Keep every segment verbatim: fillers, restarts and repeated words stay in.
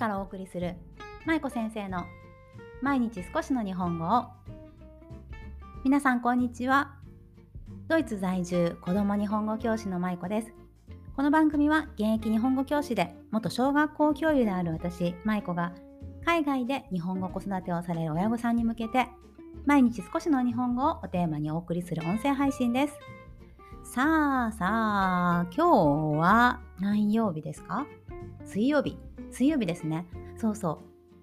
からお送りするまいこ先生の毎日少しの日本語を。皆さんこんにちは。ドイツ在住子ども日本語教師のまいこです。この番組は現役日本語教師で元小学校教諭である私まいこが海外で日本語子育てをされる親御さんに向けて毎日少しの日本語をおテーマにお送りする音声配信です。さあさあ、今日は何曜日ですか？水曜日。水曜日ですね。そうそう。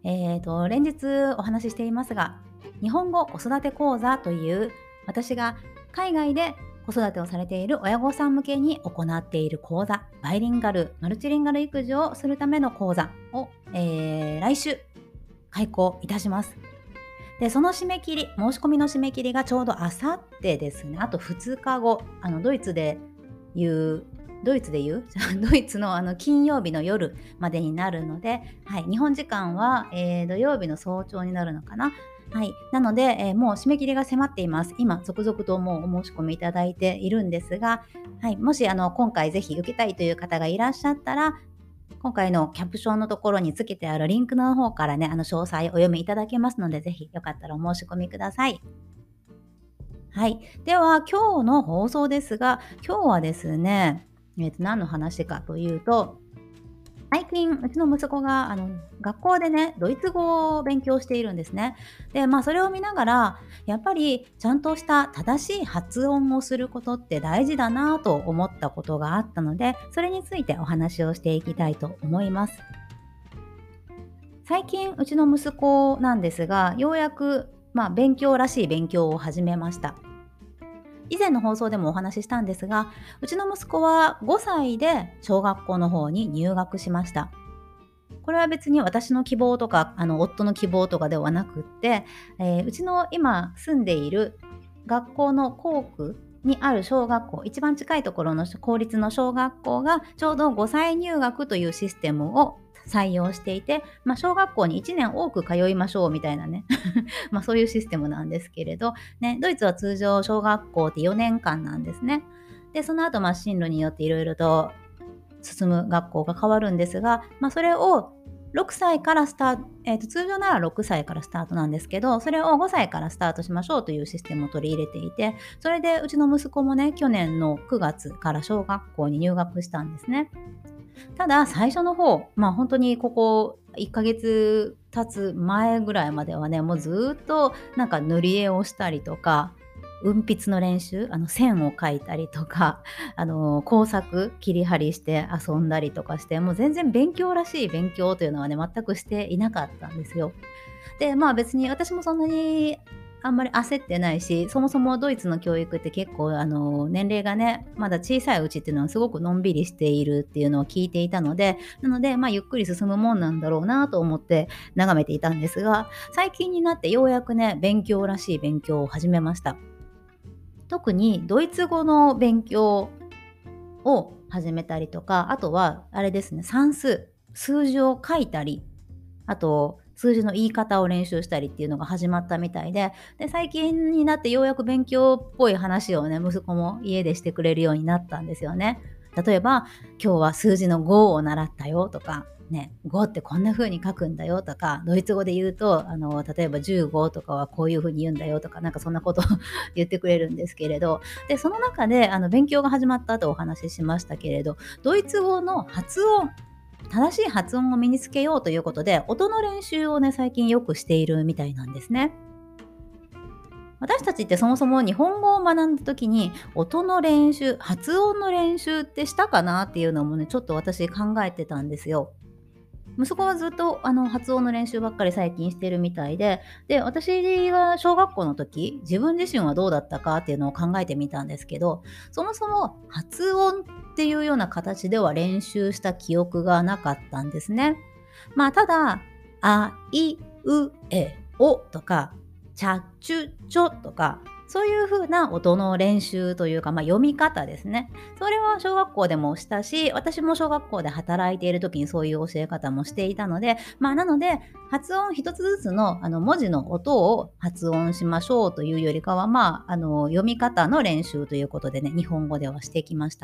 えーと、連日お話ししていますが、日本語子育て講座という私が海外で子育てをされている親御さん向けに行っている講座、バイリンガル、マルチリンガル育児をするための講座を、えー、来週開講いたします。で、その締め切り、申し込みの締め切りがちょうどあさってですね。あとふつかご、あのドイツで言う、ドイツで言うドイツのあの金曜日の夜までになるので、はい、日本時間は、えー、土曜日の早朝になるのかな。はい、なので、えー、もう締め切りが迫っています。今、続々ともうお申し込みいただいているんですが、はい、もしあの今回ぜひ受けたいという方がいらっしゃったら、今回のキャプションのところにつけてあるリンクの方からね、あの詳細お読みいただけますので、ぜひよかったらお申し込みください。はい。では、今日の放送ですが、今日はですね、えーと、何の話かというと、最近、うちの息子があの学校でね、ドイツ語を勉強しているんですね。で、まあ、それを見ながら、やっぱりちゃんとした正しい発音をすることって大事だなと思ったことがあったので、それについてお話をしていきたいと思います。最近、うちの息子なんですが、ようやく、まあ、勉強らしい勉強を始めました。以前の放送でもお話ししたんですが、うちの息子はごさいで小学校の方に入学しました。これは別に私の希望とかあの夫の希望とかではなくって、えーうちの今住んでいる学校の校区にある小学校、一番近いところの公立の小学校がちょうどごさい入学というシステムを採用していて、まあ、小学校にいちねん多く通いましょうみたいなねまあそういうシステムなんですけれど、ね、ドイツは通常小学校ってよねんかんなんですね。で、その後まあ進路によっていろいろと進む学校が変わるんですが、まあ、それをろくさいからスタート、えーと、通常ならろくさいからスタートなんですけど、それをごさいからスタートしましょうというシステムを取り入れていて、それでうちの息子もね、去年のくがつから小学校に入学したんですね。ただ最初の方、まあ本当にここいっかげつ経つ前ぐらいまではね、もうずっとなんか塗り絵をしたりとか、運筆の練習、あの線を描いたりとか、あの工作切り貼りして遊んだりとかして、もう全然勉強らしい勉強というのはね、全くしていなかったんですよ。で、まあ別に私もそんなにあんまり焦ってないし、そもそもドイツの教育って結構あの年齢がね、まだ小さいうちっていうのはすごくのんびりしているっていうのを聞いていたので、なのでまあゆっくり進むもんなんだろうなと思って眺めていたんですが、最近になってようやくね、勉強らしい勉強を始めました。特にドイツ語の勉強を始めたりとか、あとはあれですね、算数、数字を書いたり、あと数字の言い方を練習したりっていうのが始まったみたいで、で最近になってようやく勉強っぽい話をね、息子も家でしてくれるようになったんですよね。例えば、今日は数字のごを習ったよとか、ね、ごってこんな風に書くんだよとか、ドイツ語で言うと、あの例えばじゅうごとかはこういう風に言うんだよとか、なんかそんなことを言ってくれるんですけれど、でその中であの勉強が始まった後お話ししましたけれど、ドイツ語の発音、正しい発音を身につけようということで、音の練習をね、最近よくしているみたいなんですね。私たちってそもそも日本語を学んだ時に、音の練習、発音の練習ってしたかなっていうのもね、ちょっと私考えてたんですよ。息子はずっとあの発音の練習ばっかり最近してるみたいで、で、私が小学校の時、自分自身はどうだったかっていうのを考えてみたんですけど、そもそも発音っていうような形では練習した記憶がなかったんですね。まあ、ただ、あ、い、う、え、おとか、ちゃ、ちゅ、ちょとか、そういう風な音の練習というか、まあ、読み方ですね。それは小学校でもしたし、私も小学校で働いている時にそういう教え方もしていたので、まあ、なので、発音一つずつのあの文字の音を発音しましょうというよりかは、まあ、あの読み方の練習ということでね、日本語ではしてきました。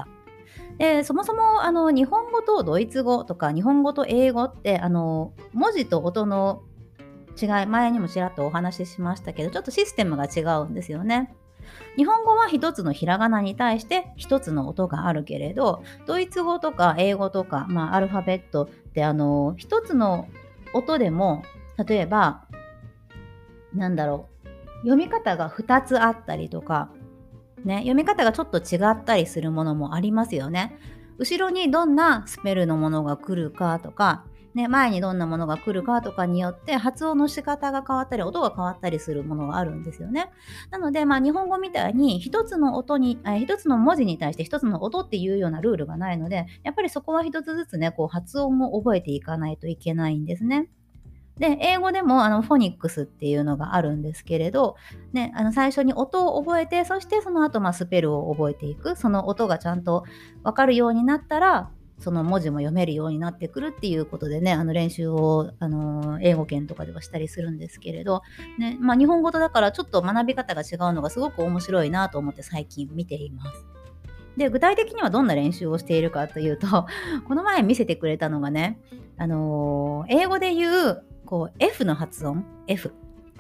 でそもそもあの日本語とドイツ語とか日本語と英語ってあの文字と音の違い、前にもちらっとお話ししましたけど、ちょっとシステムが違うんですよね。日本語は一つのひらがなに対して一つの音があるけれど、ドイツ語とか英語とか、まあ、アルファベットってあの一つの音でも、例えばなんだろう、読み方がふたつあったりとか、ね、読み方がちょっと違ったりするものもありますよね。後ろにどんなスペルのものが来るかとか、ね、前にどんなものが来るかとかによって発音の仕方が変わったり音が変わったりするものがあるんですよね。なので、まあ、日本語みたいに一つの音にえ一つの文字に対して一つの音っていうようなルールがないので、やっぱりそこは一つずつねこう発音も覚えていかないといけないんですね。で、英語でもあのフォニックスっていうのがあるんですけれど、ね、あの最初に音を覚えて、そしてその後まあスペルを覚えていく、その音がちゃんと分かるようになったら、その文字も読めるようになってくるっていうことでね、あの練習を、あのー英語圏とかではしたりするんですけれど、ね、まあ、日本語とだからちょっと学び方が違うのがすごく面白いなと思って最近見ています。で、具体的にはどんな練習をしているかというと、この前見せてくれたのがね、あのー英語で言うこう F の発音 F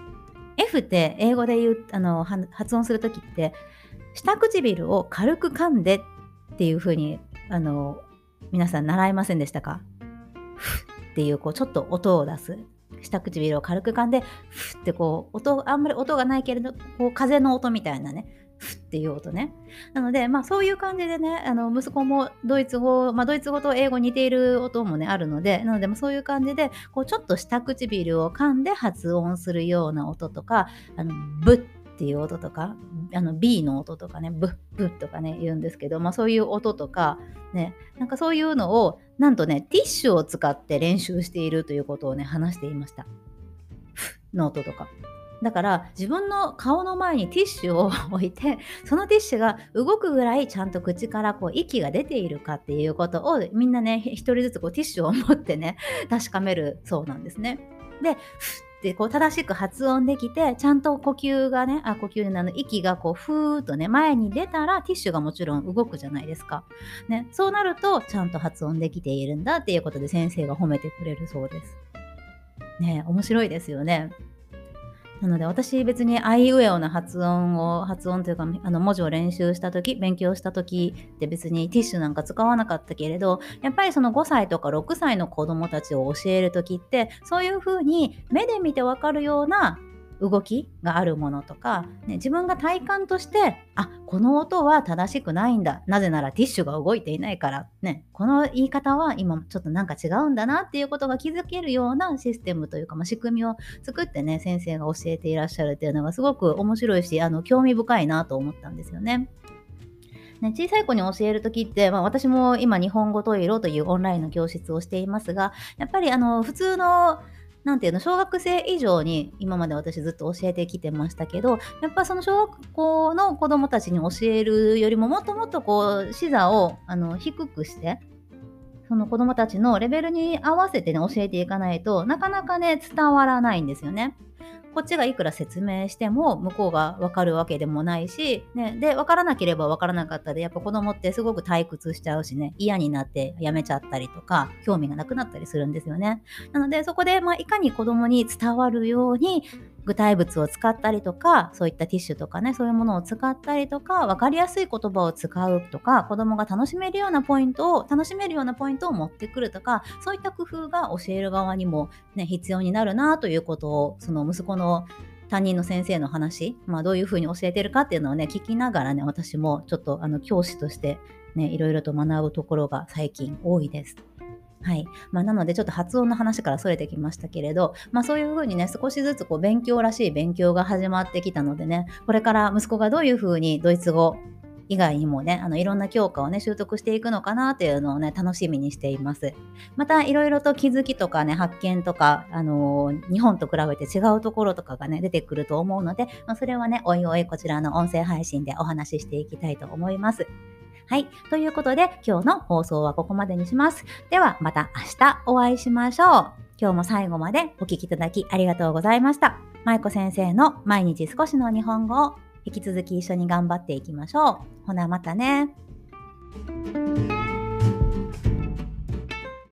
F って英語で言うあのは発音するときって、下唇を軽く噛んでっていう風にあの皆さん習いませんでしたか？ふっていうこうちょっと音を出す、下唇を軽く噛んでふってこう音、あんまり音がないけれどこう風の音みたいなね、ふっていう音ね。なので、まあ、そういう感じでね、あの息子もドイツ語、まあ、ドイツ語と英語似ている音もねあるので、なので、まあ、そういう感じでこうちょっと下唇を噛んで発音するような音とか、あのブッっていう音とか、あの B の音とかね、ブッブッとかね言うんですけど、まあ、そういう音とかね、なんかそういうのをなんとねティッシュを使って練習しているということをね話していました。フッの音とか。だから自分の顔の前にティッシュを置いて、そのティッシュが動くぐらいちゃんと口からこう息が出ているかっていうことをみんなね一人ずつこうティッシュを持ってね確かめるそうなんですね。で、ふってこう正しく発音できて、ちゃんと呼吸がね、あ呼吸であの息がこうふーっとね前に出たらティッシュがもちろん動くじゃないですか。ね、そうなるとちゃんと発音できているんだっていうことで先生が褒めてくれるそうです。ね、面白いですよね。なので私別にあいうえおの発音を発音というかあの文字を練習した時、勉強した時って別にティッシュなんか使わなかったけれど、やっぱりそのごさいとかろくさいの子供たちを教える時ってそういう風に目で見てわかるような動きがあるものとか、ね、自分が体感としてあこの音は正しくないんだ、なぜならティッシュが動いていないから、ね、この言い方は今ちょっとなんか違うんだなっていうことが気づけるようなシステムというか、まあ、仕組みを作ってね先生が教えていらっしゃるっていうのがすごく面白いし、あの興味深いなと思ったんですよね。ね、小さい子に教えるときって、まあ、私も今日本語トイロというオンラインの教室をしていますが、やっぱりあの普通のなんていうの小学生以上に今まで私ずっと教えてきてましたけど、やっぱその小学校の子どもたちに教えるよりももっともっとこう視座をあの低くしてその子どもたちのレベルに合わせてね教えていかないとなかなかね伝わらないんですよね。こっちがいくら説明しても向こうが分かるわけでもないし、ね、で分からなければ分からなかったでやっぱ子供ってすごく退屈しちゃうしね、嫌になってやめちゃったりとか興味がなくなったりするんですよね。なのでそこで、まあ、いかに子供に伝わるように具体物を使ったりとか、そういったティッシュとかねそういうものを使ったりとか、分かりやすい言葉を使うとか、子供が楽しめるようなポイントを楽しめるようなポイントを持ってくるとか、そういった工夫が教える側にも、ね、必要になるなということをその息子の担任の先生の話、まあ、どういうふうに教えてるかっていうのをね聞きながらね、私もちょっとあの教師としてねいろいろと学ぶところが最近多いです。はい。まあ、なのでちょっと発音の話からそれてきましたけれど、まあ、そういうふうにね少しずつこう勉強らしい勉強が始まってきたのでね、これから息子がどういうふうにドイツ語以外にもねあのいろんな教科をね習得していくのかなっていうのをね楽しみにしています。またいろいろと気づきとかね発見とか、あのー日本と比べて違うところとかがね出てくると思うので、まあ、それはねおいおいこちらの音声配信でお話ししていきたいと思います。はい。ということで、今日の放送はここまでにします。では、また明日お会いしましょう。今日も最後までお聞きいただきありがとうございました。舞子先生の毎日少しの日本語を引き続き一緒に頑張っていきましょう。ほな、またね。